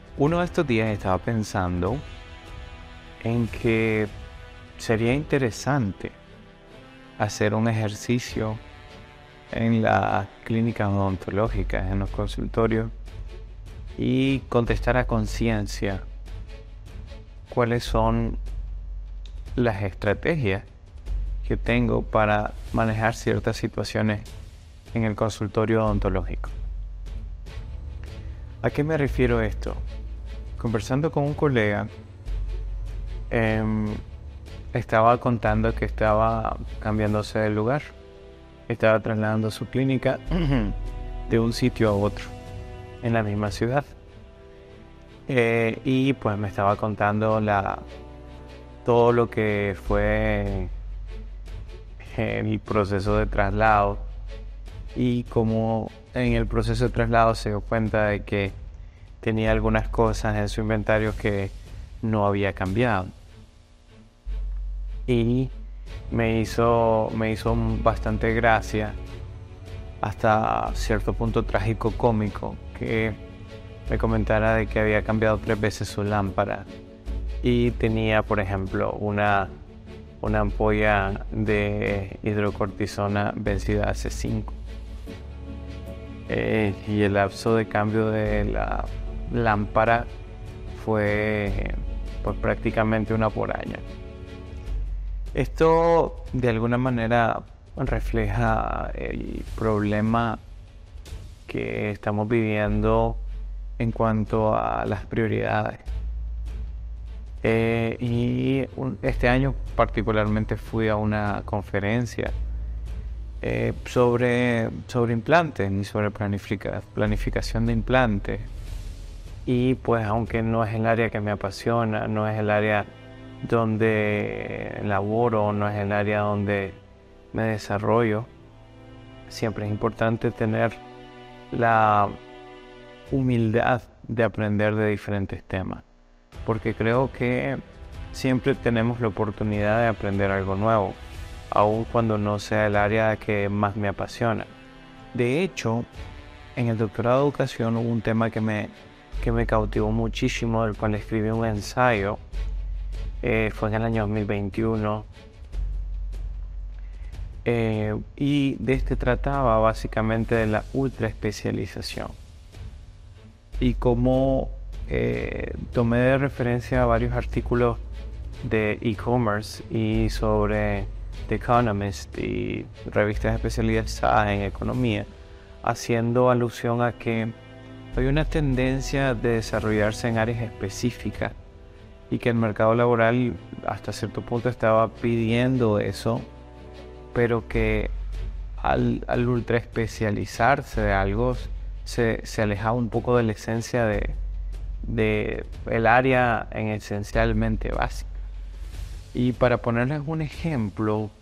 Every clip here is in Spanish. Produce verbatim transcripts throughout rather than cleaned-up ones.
Uno de estos días estaba pensando en que sería interesante hacer un ejercicio en las clínicas odontológicas, en los consultorios, y contestar a conciencia cuáles son las estrategias que tengo para manejar ciertas situaciones en el consultorio odontológico. ¿A qué me refiero esto? Conversando con un colega, eh, estaba contando que estaba cambiándose de lugar, estaba trasladando su clínica de un sitio a otro en la misma ciudad. Eh, y pues me estaba contando la, todo lo que fue el proceso de traslado y cómo en el proceso de traslado se dio cuenta de que tenía algunas cosas en su inventario que no había cambiado. Y me hizo, me hizo bastante gracia, hasta cierto punto trágico cómico, que me comentara de que había cambiado tres veces su lámpara y tenía, por ejemplo, una, una ampolla de hidrocortisona vencida hace cinco. Eh, y el lapso de cambio de la lámpara fue pues, prácticamente una por año. Esto de alguna manera refleja el problema que estamos viviendo en cuanto a las prioridades. Eh, y un, este año particularmente fui a una conferencia eh, sobre, sobre implantes y sobre planifica, planificación de implantes. Y pues aunque no es el área que me apasiona, no es el área donde laboro, no es el área donde me desarrollo, siempre es importante tener la humildad de aprender de diferentes temas, porque creo que siempre tenemos la oportunidad de aprender algo nuevo, aun cuando no sea el área que más me apasiona. De hecho, en el doctorado de educación hubo un tema que me, que me cautivó muchísimo, del cual escribí un ensayo. Eh, fue en el año dos mil veintiuno, eh, y de este trataba básicamente de la ultra especialización y cómo eh, tomé de referencia varios artículos de e-commerce y sobre The Economist y revistas especializadas en economía, haciendo alusión a que hay una tendencia de desarrollarse en áreas específicas y que el mercado laboral hasta cierto punto estaba pidiendo eso, pero que al, al ultra especializarse de algo se, se alejaba un poco de la esencia de, de el área en esencialmente básica. Y para ponerles un ejemplo,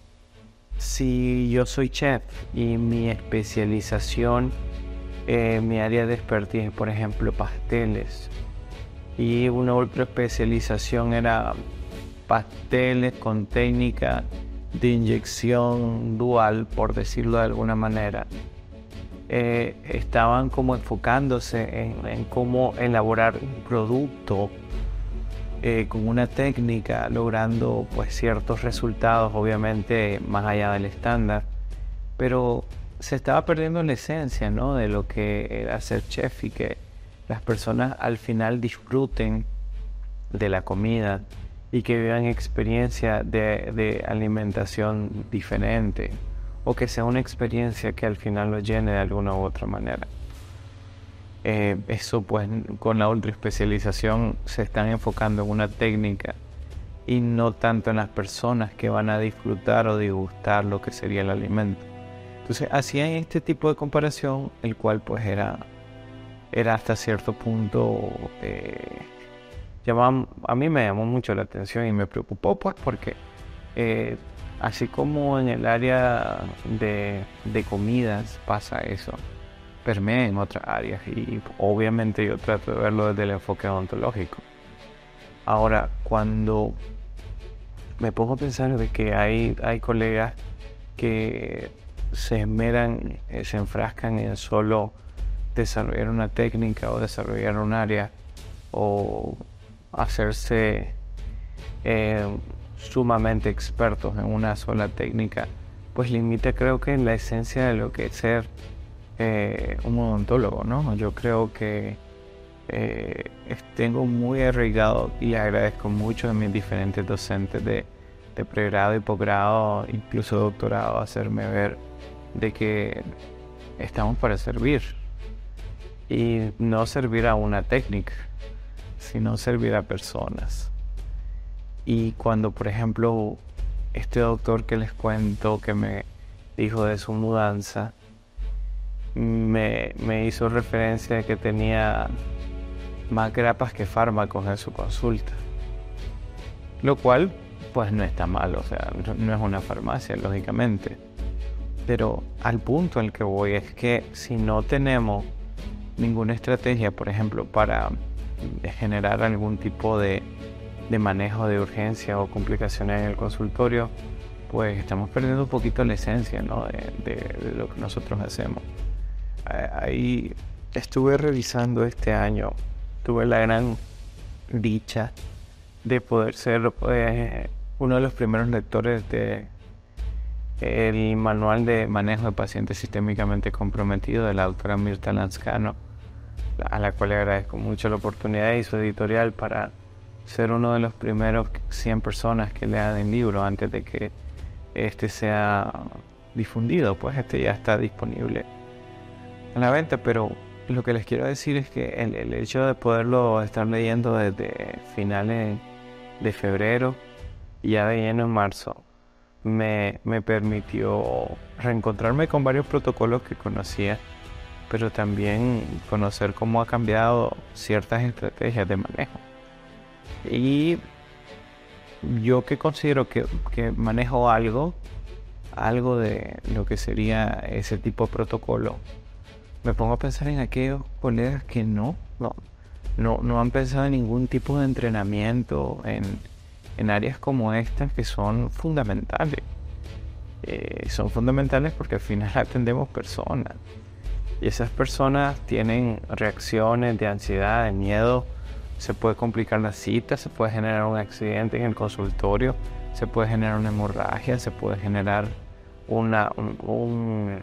si yo soy chef y mi especialización, eh, mi área de expertise, por ejemplo, pasteles, y una ultra especialización era pasteles con técnica de inyección dual, por decirlo de alguna manera. Eh, estaban como enfocándose en, en cómo elaborar un producto eh, con una técnica, logrando pues ciertos resultados, obviamente más allá del estándar, pero se estaba perdiendo la esencia, ¿no?, de lo que era ser chef, y que las personas al final disfruten de la comida y que vivan experiencia de, de alimentación diferente, o que sea una experiencia que al final los llene de alguna u otra manera. Eh, eso pues con la ultra especialización se están enfocando en una técnica y no tanto en las personas que van a disfrutar o disgustar lo que sería el alimento. Entonces hacían este tipo de comparación, el cual pues era era hasta cierto punto, eh, llamaba, a mí me llamó mucho la atención y me preocupó, pues porque eh, así como en el área de, de comidas pasa eso, permea en otras áreas, y obviamente yo trato de verlo desde el enfoque odontológico. Ahora, cuando me pongo a pensar de que hay, hay colegas que se esmeran, eh, se enfrascan en solo desarrollar una técnica o desarrollar un área, o hacerse eh, sumamente expertos en una sola técnica, pues limita, creo que, la esencia de lo que es ser eh, un odontólogo, ¿no? Yo creo que eh, tengo muy arraigado y le agradezco mucho a mis diferentes docentes de, de pregrado y posgrado, incluso doctorado, hacerme ver de que estamos para servir y no servir a una técnica, sino servir a personas. Y cuando, por ejemplo, este doctor que les cuento que me dijo de su mudanza, me, me hizo referencia de que tenía más grapas que fármacos en su consulta. Lo cual, pues no está mal, o sea, no es una farmacia, lógicamente. Pero al punto al que voy es que si no tenemos ninguna estrategia, por ejemplo, para generar algún tipo de, de manejo de urgencia o complicaciones en el consultorio, pues estamos perdiendo un poquito la esencia, ¿no? de, de, de lo que nosotros hacemos. Ahí estuve revisando este año, tuve la gran dicha de poder ser eh, uno de los primeros lectores de el manual de manejo de pacientes sistémicamente comprometidos de la doctora Mirta Lanzcano, a la cual le agradezco mucho la oportunidad y su editorial para ser uno de los primeros cien personas que lean el libro antes de que este sea difundido. Pues este ya está disponible a la venta, pero lo que les quiero decir es que el, el hecho de poderlo estar leyendo desde finales de febrero y ya de lleno en marzo me, me permitió reencontrarme con varios protocolos que conocía, pero también conocer cómo ha cambiado ciertas estrategias de manejo. Y yo que considero que, que manejo algo, algo de lo que sería ese tipo de protocolo, me pongo a pensar en aquellos colegas que no, no, no, no han pensado en ningún tipo de entrenamiento en, en áreas como estas que son fundamentales. Eh, son fundamentales porque al final atendemos personas. Y esas personas tienen reacciones de ansiedad, de miedo. Se puede complicar la cita, se puede generar un accidente en el consultorio, se puede generar una hemorragia, se puede generar una, un, un,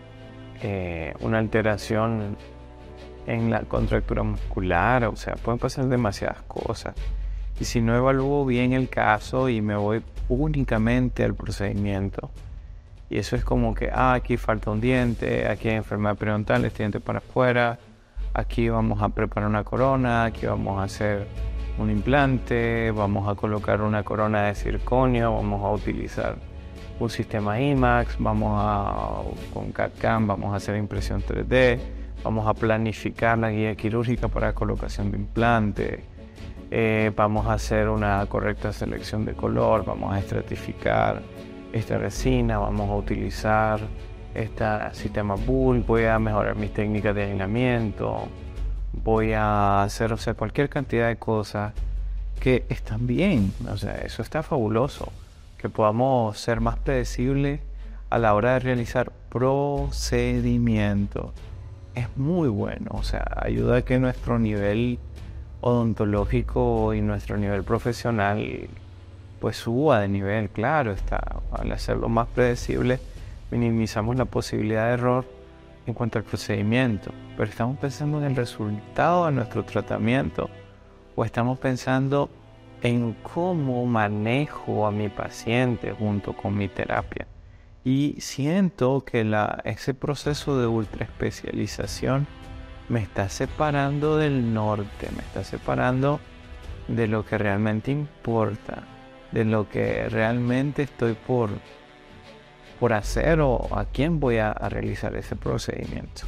eh, una alteración en la contractura muscular. O sea, pueden pasar demasiadas cosas. Y si no evalúo bien el caso y me voy únicamente al procedimiento, y eso es como que, ah, aquí falta un diente, aquí hay enfermedad periodontal, este diente para afuera, aquí vamos a preparar una corona, aquí vamos a hacer un implante, vamos a colocar una corona de circonio, vamos a utilizar un sistema IMAX, vamos a, con C A D C A M, vamos a hacer impresión tres D, vamos a planificar la guía quirúrgica para colocación de implante, eh, vamos a hacer una correcta selección de color, vamos a estratificar esta resina, vamos a utilizar este sistema Bull, voy a mejorar mis técnicas de alineamiento, voy a hacer, o sea, cualquier cantidad de cosas que están bien, o sea, eso está fabuloso, que podamos ser más predecibles a la hora de realizar procedimientos. Es muy bueno, o sea, ayuda a que nuestro nivel odontológico y nuestro nivel profesional pues suba de nivel. Claro está, al hacerlo más predecible minimizamos la posibilidad de error en cuanto al procedimiento, pero estamos pensando en el resultado de nuestro tratamiento o estamos pensando en cómo manejo a mi paciente junto con mi terapia. Y siento que la, ese proceso de ultra especialización me está separando del norte, me está separando de lo que realmente importa, de lo que realmente estoy por, por hacer o a quién voy a, a realizar ese procedimiento.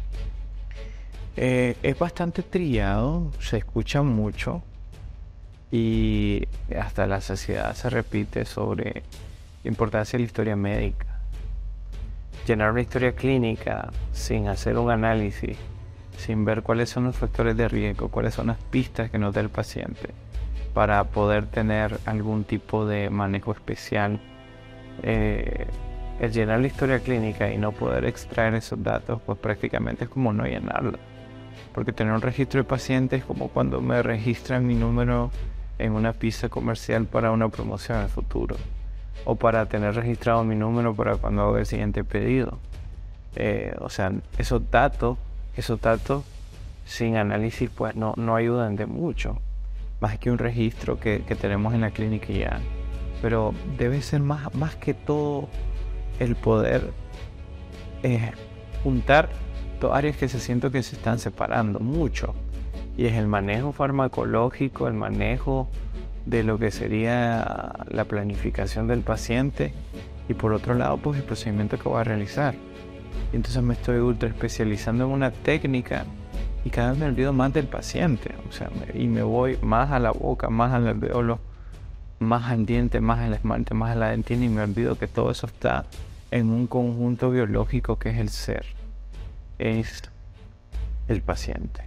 Eh, es bastante trillado, se escucha mucho y hasta la saciedad se repite sobre la importancia de la historia médica. Llenar una historia clínica sin hacer un análisis, sin ver cuáles son los factores de riesgo, cuáles son las pistas que nos da el paciente para poder tener algún tipo de manejo especial. Eh, el llenar la historia clínica y no poder extraer esos datos, pues prácticamente es como no llenarla. Porque tener un registro de pacientes es como cuando me registran mi número en una pista comercial para una promoción en el futuro, o para tener registrado mi número para cuando haga el siguiente pedido. Eh, o sea, esos datos, esos datos sin análisis pues no, no ayudan de mucho, más que un registro que, que tenemos en la clínica ya. Pero debe ser más, más que todo el poder eh, juntar dos áreas que se siento que se están separando mucho, y es el manejo farmacológico, el manejo de lo que sería la planificación del paciente, y por otro lado pues el procedimiento que voy a realizar. Y entonces me estoy ultra especializando en una técnica y cada vez me olvido más del paciente, o sea, me, y me voy más a la boca, más al alveolo, más al diente, más al esmalte, más a la dentina, y me olvido que todo eso está en un conjunto biológico que es el ser, es el paciente.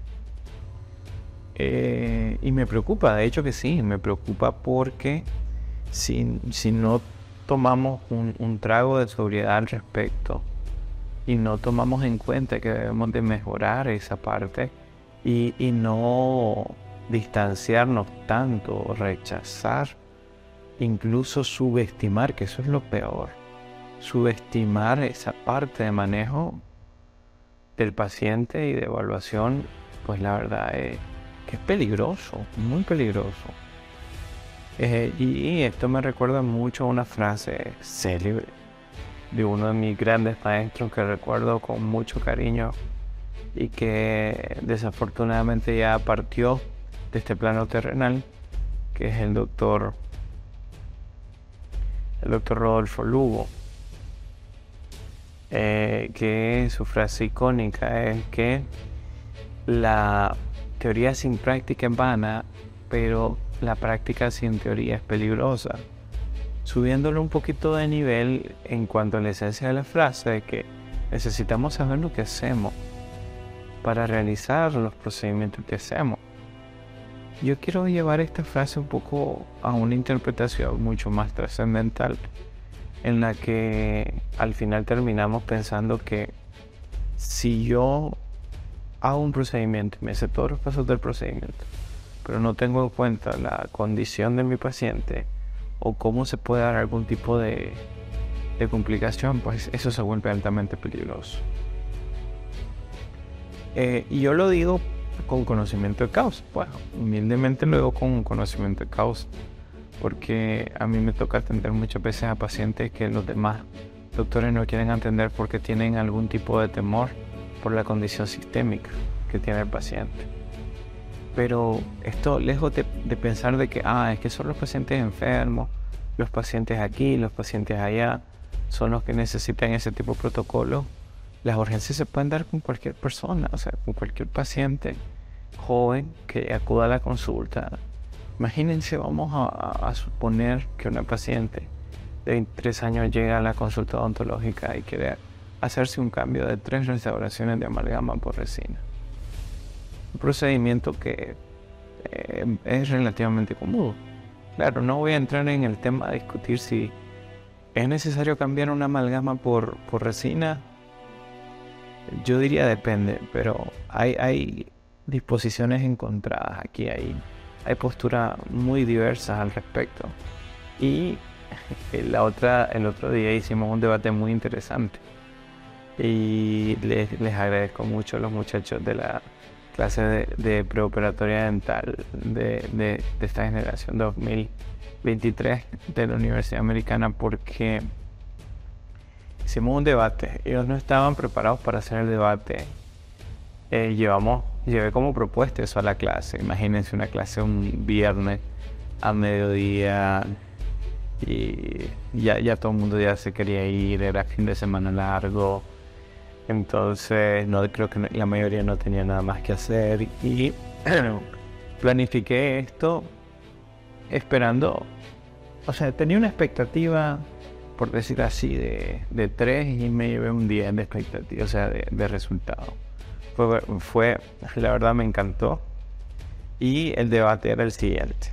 Eh, y me preocupa, de hecho que sí, me preocupa porque si, si no tomamos un, un trago de sobriedad al respecto y no tomamos en cuenta que debemos de mejorar esa parte y, y no distanciarnos tanto, rechazar, incluso subestimar, que eso es lo peor, subestimar esa parte de manejo del paciente y de evaluación, pues la verdad es que es peligroso, muy peligroso. Eh, y, y esto me recuerda mucho a una frase célebre de uno de mis grandes maestros que recuerdo con mucho cariño y que desafortunadamente ya partió de este plano terrenal, que es el doctor el doctor Rodolfo Lugo, eh, que su frase icónica es que la teoría sin práctica es vana, pero la práctica sin teoría es peligrosa. Subiéndolo un poquito de nivel en cuanto a la esencia de la frase, de que necesitamos saber lo que hacemos para realizar los procedimientos que hacemos. Yo quiero llevar esta frase un poco a una interpretación mucho más trascendental, en la que al final terminamos pensando que si yo hago un procedimiento y me sé todos los pasos del procedimiento, pero no tengo en cuenta la condición de mi paciente o cómo se puede dar algún tipo de, de complicación, pues eso se vuelve altamente peligroso. Eh, y yo lo digo con conocimiento de causa, bueno, humildemente lo digo con conocimiento de causa, porque a mí me toca atender muchas veces a pacientes que los demás doctores no quieren atender porque tienen algún tipo de temor por la condición sistémica que tiene el paciente. Pero esto, lejos de, de pensar de que ah, es que son los pacientes enfermos, los pacientes aquí, los pacientes allá, son los que necesitan ese tipo de protocolo, las urgencias se pueden dar con cualquier persona, o sea, con cualquier paciente joven que acuda a la consulta. Imagínense, vamos a, a suponer que una paciente de veintitrés años llega a la consulta odontológica y quiere hacerse un cambio de tres restauraciones de amalgama por resina. Un procedimiento que eh, es relativamente común. Claro, no voy a entrar en el tema de discutir si es necesario cambiar una amalgama por, por resina. Yo diría depende, pero hay, hay disposiciones encontradas aquí, hay, hay posturas muy diversas al respecto. Y la otra, el otro día hicimos un debate muy interesante y les, les agradezco mucho a los muchachos de la clase de, de preoperatoria dental de, de, de esta generación dos mil veintitrés de la Universidad Americana, porque hicimos un debate. Ellos no estaban preparados para hacer el debate. Eh, llevamos, llevé como propuesta eso a la clase. Imagínense una clase un viernes a mediodía y ya, ya todo el mundo ya se quería ir, era fin de semana largo. Entonces no creo que la mayoría no tenía nada más que hacer y planifiqué esto esperando, o sea, tenía una expectativa, por decir así, de, de tres y me llevé un diez de expectativa, o sea, de, de resultado. Fue, fue, la verdad me encantó. Y el debate era el siguiente.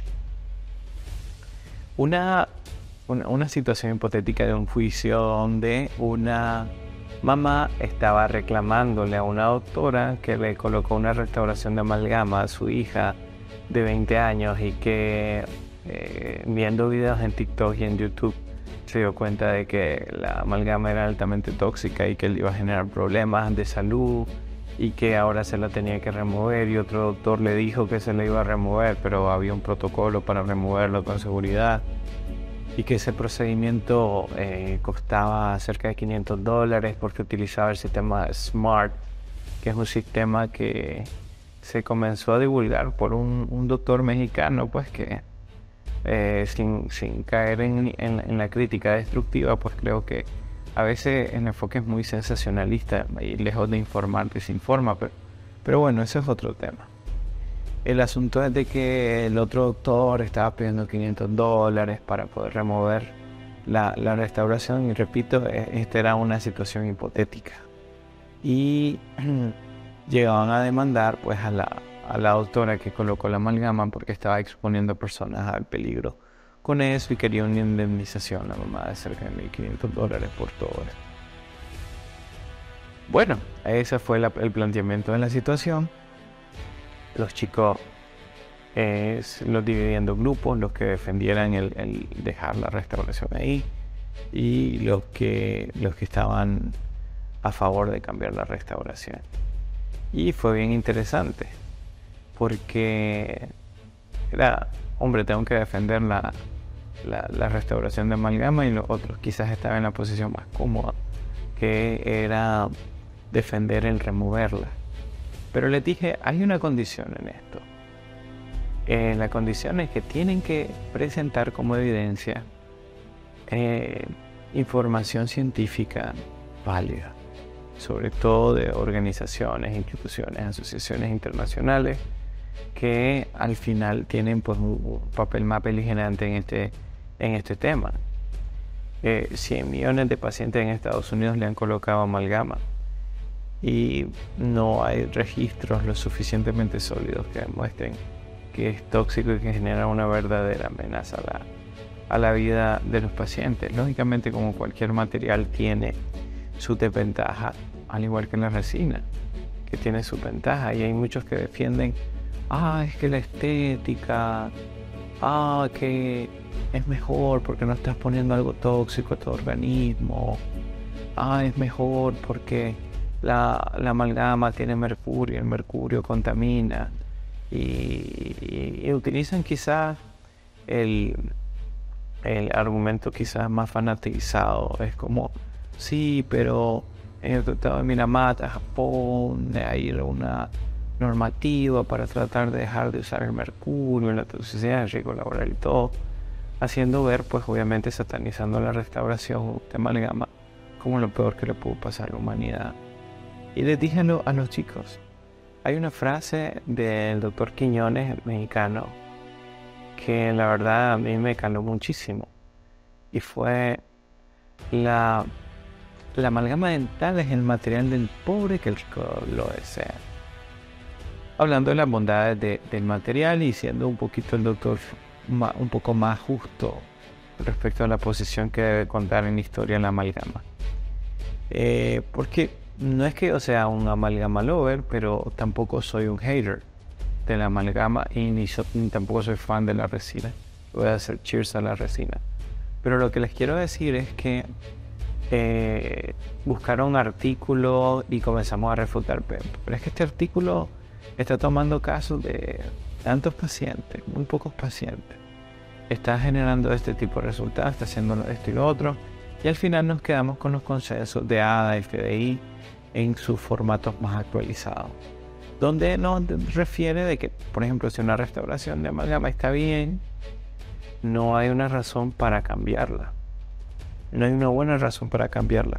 Una, una, una situación hipotética de un juicio donde una Mamá estaba reclamándole a una doctora que le colocó una restauración de amalgama a su hija de veinte años y que eh, viendo videos en TikTok y en YouTube se dio cuenta de que la amalgama era altamente tóxica y que le iba a generar problemas de salud y que ahora se la tenía que remover, y otro doctor le dijo que se la iba a remover, pero había un protocolo para removerlo con seguridad y que ese procedimiento eh, costaba cerca de quinientos dólares porque utilizaba el sistema SMART, que es un sistema que se comenzó a divulgar por un, un doctor mexicano, pues que eh, sin, sin caer en, en, en la crítica destructiva, pues creo que a veces el enfoque es muy sensacionalista y lejos de informar desinforma, pero, pero bueno, ese es otro tema. El asunto es de que el otro doctor estaba pidiendo quinientos dólares para poder remover la, la restauración, y repito, esta era una situación hipotética. Y llegaban a demandar pues a la, a la doctora que colocó la amalgama porque estaba exponiendo a personas al peligro con eso y quería una indemnización, la mamá, de cerca de mil quinientos dólares por todo esto. Bueno, ese fue la, el planteamiento de la situación. Los chicos eh, los dividiendo en grupos, los que defendieran el, el dejar la restauración ahí y los que, los que estaban a favor de cambiar la restauración. Y fue bien interesante porque era, hombre, tengo que defender la, la, la restauración de amalgama, y los otros quizás estaban en la posición más cómoda, que era defender el removerla. Pero les dije, hay una condición en esto. Eh, la condición es que tienen que presentar como evidencia eh, información científica válida, sobre todo de organizaciones, instituciones, asociaciones internacionales, que al final tienen pues un papel más beligerante en este, en este tema. Eh, cien millones de pacientes en Estados Unidos le han colocado amalgama y no hay registros lo suficientemente sólidos que demuestren que es tóxico y que genera una verdadera amenaza a la, a la vida de los pacientes. Lógicamente, como cualquier material, tiene sus desventajas, al igual que la resina, que tiene sus ventajas, y hay muchos que defienden, ah, es que la estética, ah, que es mejor porque no estás poniendo algo tóxico a tu organismo, ah, es mejor porque la, la amalgama tiene mercurio, el mercurio contamina, y, y, y utilizan quizás el, el argumento quizás más fanatizado, es como, sí, pero en el Tratado de Minamata, Japón, hay una normativa para tratar de dejar de usar el mercurio en la toxicidad, el riesgo laboral y todo, haciendo ver, pues obviamente satanizando la restauración de amalgama como lo peor que le pudo pasar a la humanidad. Y les dije a los chicos, hay una frase del doctor Quiñones, el mexicano, que la verdad a mí me caló muchísimo, y fue la, la amalgama dental es el material del pobre que el rico lo desea. Hablando de las bondades de, del material, y siendo un poquito el doctor ma, un poco más justo respecto a la posición que debe contar en la historia la amalgama. Eh, porque no es que yo sea un amalgama lover, pero tampoco soy un hater de la amalgama, y ni, so, ni tampoco soy fan de la resina. Voy a hacer cheers a la resina. Pero lo que les quiero decir es que eh, buscaron un artículo y comenzamos a refutar. Pero es que este artículo está tomando casos de tantos pacientes, muy pocos pacientes. Está generando este tipo de resultados, está haciendo esto y lo otro. Y al final nos quedamos con los consensos de A D A y F D I en sus formatos más actualizados, donde nos refiere de que, por ejemplo, si una restauración de amalgama está bien, no hay una razón para cambiarla. No hay una buena razón para cambiarla.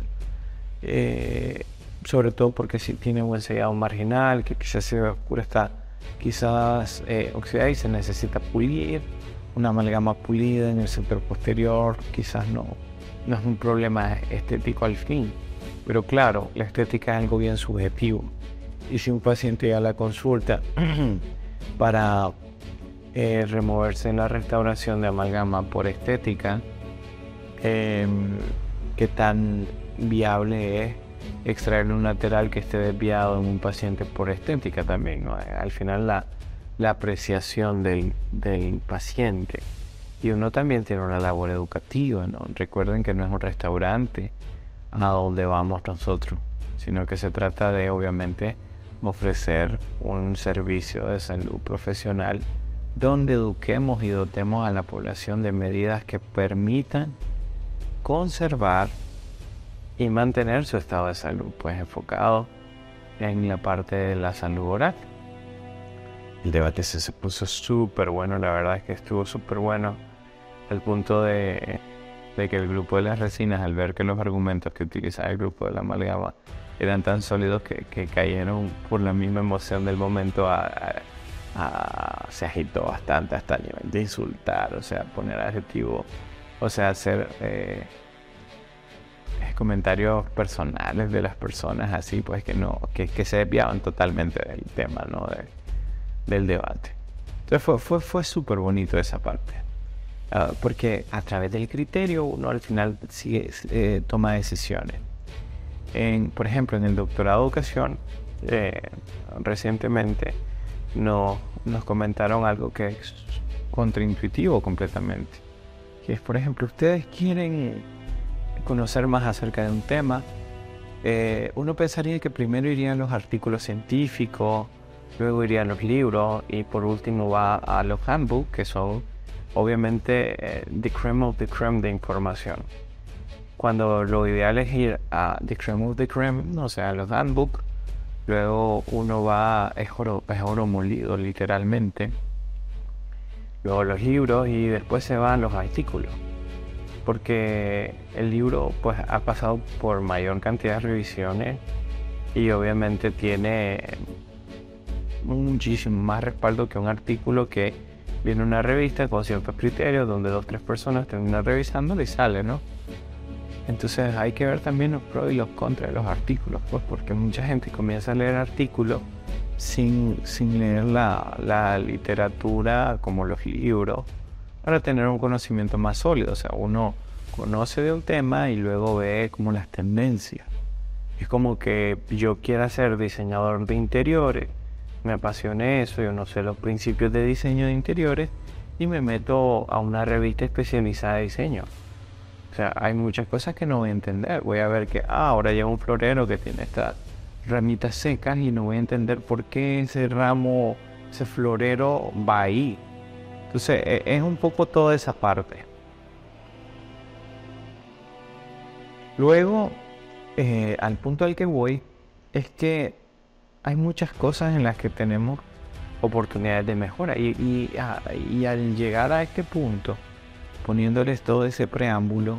Eh, sobre todo porque si tiene buen sellado marginal, que quizás se ve oscura, está quizás eh, oxidada y se necesita pulir. Una amalgama pulida en el sector posterior quizás no, no es un problema estético al fin. Pero claro, la estética es algo bien subjetivo. Y si un paciente ya la consulta para eh, removerse la restauración de amalgama por estética, eh, ¿qué tan viable es extraerle un lateral que esté desviado en un paciente por estética también, ¿no? Al final la, la apreciación del, del paciente. Y uno también tiene una labor educativa, ¿no? Recuerden que no es un restaurante a donde vamos nosotros, sino que se trata de, obviamente, ofrecer un servicio de salud profesional donde eduquemos y dotemos a la población de medidas que permitan conservar y mantener su estado de salud, pues enfocado en la parte de la salud oral. El debate se, se puso súper bueno, la verdad es que estuvo súper bueno, al punto de, de que el grupo de las resinas, al ver que los argumentos que utilizaba el grupo de la amalgama eran tan sólidos que, que cayeron por la misma emoción del momento a, a, a, se agitó bastante hasta el nivel de insultar, o sea, poner adjetivo, o sea, hacer eh, comentarios personales de las personas así, pues que no, que, que se desviaban totalmente del tema, ¿no? De, del debate. Entonces fue, fue, fue súper bonito esa parte, uh, porque a través del criterio uno al final sigue, eh, toma decisiones. En, por ejemplo, en el doctorado de educación, eh, recientemente no, nos comentaron algo que es contraintuitivo completamente, que es, por ejemplo, ustedes quieren conocer más acerca de un tema, eh, uno pensaría que primero irían los artículos científicos, luego irían los libros y por último va a los handbooks, que son obviamente eh, the creme of the creme de información. Cuando lo ideal es ir a the creme of the creme, o sea, los handbooks, luego uno va, es oro, es oro molido literalmente, luego los libros y después se van los artículos. Porque el libro pues ha pasado por mayor cantidad de revisiones y obviamente tiene muchísimo más respaldo que un artículo que viene en una revista con ciertos criterios donde dos o tres personas terminan revisándolo y sale, ¿no? Entonces hay que ver también los pros y los contras de los artículos, pues, porque mucha gente comienza a leer artículos sin, sin leer la, la literatura como los libros, para tener un conocimiento más sólido. O sea, uno conoce de un tema y luego ve como las tendencias. Es como que yo quiera ser diseñador de interiores, me apasione eso, yo no sé los principios de diseño de interiores y me meto a una revista especializada de diseño. O sea, hay muchas cosas que no voy a entender. Voy a ver que ah, ahora lleva un florero que tiene estas ramitas secas y no voy a entender por qué ese ramo, ese florero va ahí. Entonces es un poco toda esa parte. Luego, eh, al punto al que voy, es que hay muchas cosas en las que tenemos oportunidades de mejora. Y, y, a, y al llegar a este punto, poniéndoles todo ese preámbulo,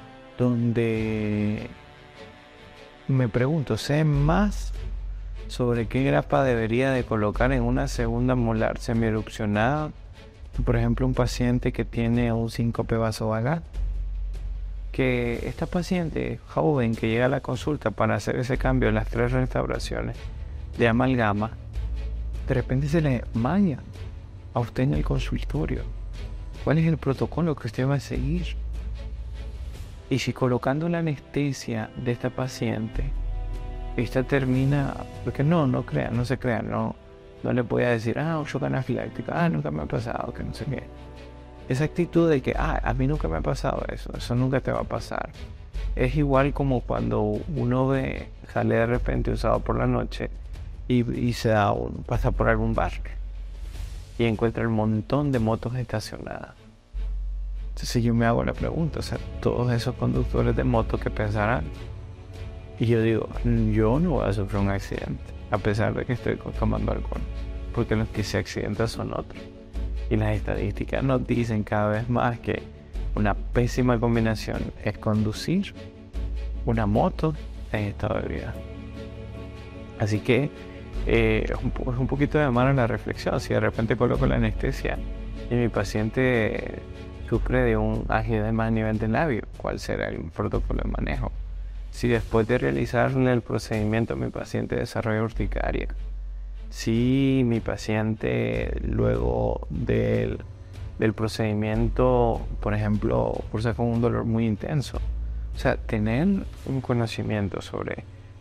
donde me pregunto, ¿sé más sobre qué grapa debería de colocar en una segunda molar semierupcionada? Por ejemplo, un paciente que tiene un síncope vasovagal, que esta paciente joven que llega a la consulta para hacer ese cambio en las tres restauraciones de amalgama, de repente se le maña a usted en el consultorio. ¿Cuál es el protocolo que usted va a seguir? Y si colocando la anestesia de esta paciente, esta termina, porque no, no crean, no se crean, no. No le voy a decir, ah, un shock anafiláctico, ah, nunca me ha pasado, que no sé qué. Esa actitud de que, ah, a mí nunca me ha pasado eso, eso nunca te va a pasar. Es igual como cuando uno ve, sale de repente un sábado por la noche y, y se da un, pasa por algún bar y encuentra un montón de motos estacionadas. Entonces yo me hago la pregunta, o sea, todos esos conductores de motos que pensarán. Y yo digo, yo no voy a sufrir un accidente, a pesar de que estoy tomando alcohol, porque los que se accidentan son otros. Y las estadísticas nos dicen cada vez más que una pésima combinación es conducir una moto en estado de ebriedad. Así que eh, es, un, es un poquito de mano en la reflexión. Si de repente coloco la anestesia y mi paciente sufre de un angioedema a nivel del labio, ¿cuál será el protocolo de manejo? Si después de realizarle el procedimiento mi paciente desarrolla urticaria, si mi paciente luego del, del procedimiento, por ejemplo, cursa con un dolor muy intenso, o sea, tener un conocimiento sobre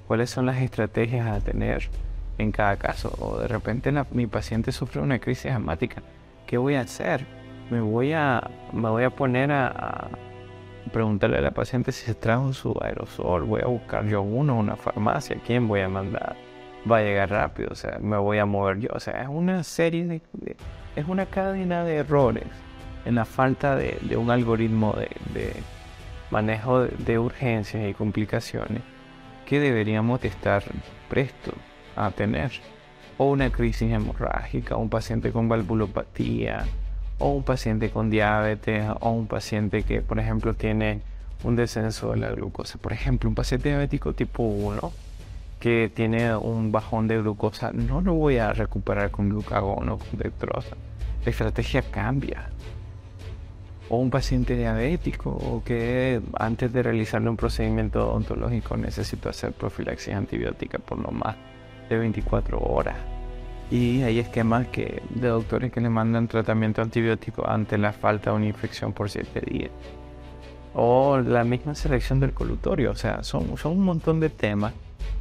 cuáles son las estrategias a tener en cada caso. O de repente la- mi paciente sufre una crisis asmática. ¿Qué voy a hacer? Me voy a, me voy a poner a, a preguntarle a la paciente si se trajo su aerosol. Voy a buscar yo uno, una farmacia. ¿Quién voy a mandar? Va a llegar rápido. O sea, me voy a mover yo. O sea, es una serie de, de- es una cadena de errores en la falta de, de un algoritmo de, de manejo de, de urgencias y complicaciones que deberíamos de estar prestos a tener. O una crisis hemorrágica, un paciente con valvulopatía, o un paciente con diabetes, o un paciente que, por ejemplo, tiene un descenso de la glucosa. Por ejemplo, un paciente diabético tipo uno que tiene un bajón de glucosa, no lo voy a recuperar con glucagón o con dextrosa. La estrategia cambia. O un paciente diabético o que antes de realizarle un procedimiento odontológico necesito hacer profilaxis antibiótica por no más de veinticuatro horas. Y hay esquemas que, de doctores que le mandan tratamiento antibiótico ante la falta de una infección por siete días. O la misma selección del colutorio. O sea, son, son un montón de temas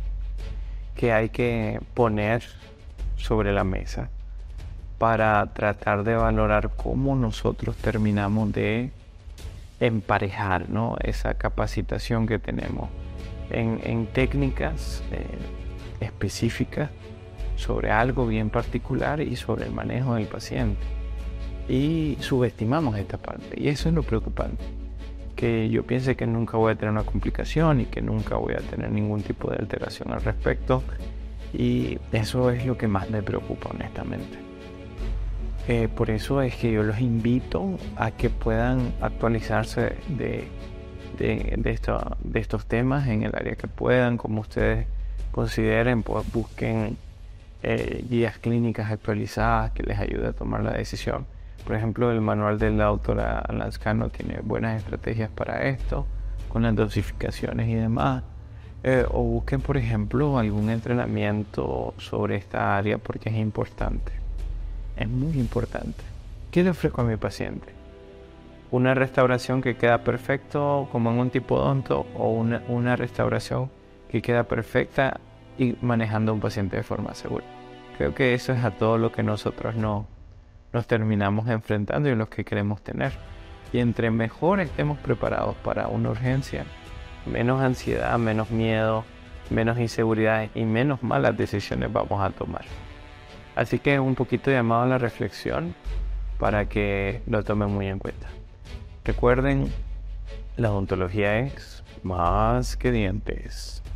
que hay que poner sobre la mesa para tratar de valorar cómo nosotros terminamos de emparejar, ¿no?, esa capacitación que tenemos en, en técnicas eh, específicas sobre algo bien particular y sobre el manejo del paciente. Y subestimamos esta parte, y eso es lo preocupante, que yo piense que nunca voy a tener una complicación y que nunca voy a tener ningún tipo de alteración al respecto, y eso es lo que más me preocupa, honestamente. Eh, por eso es que yo los invito a que puedan actualizarse de, de, de, esto, de estos temas en el área que puedan, como ustedes consideren, pues busquen eh, guías clínicas actualizadas que les ayude a tomar la decisión. Por ejemplo, el manual de la doctora Lascano tiene buenas estrategias para esto, con las dosificaciones y demás. Eh, o busquen, por ejemplo, algún entrenamiento sobre esta área porque es importante. Es muy importante. ¿Qué le ofrezco a mi paciente? ¿Una restauración que queda perfecto como en un tipo odonto o una, una restauración que queda perfecta y manejando a un paciente de forma segura? Creo que eso es a todo lo que nosotros no, nos terminamos enfrentando y los que queremos tener. Y entre mejor estemos preparados para una urgencia, menos ansiedad, menos miedo, menos inseguridad y menos malas decisiones vamos a tomar. Así que un poquito llamado a la reflexión para que lo tomen muy en cuenta. Recuerden, la odontología es más que dientes.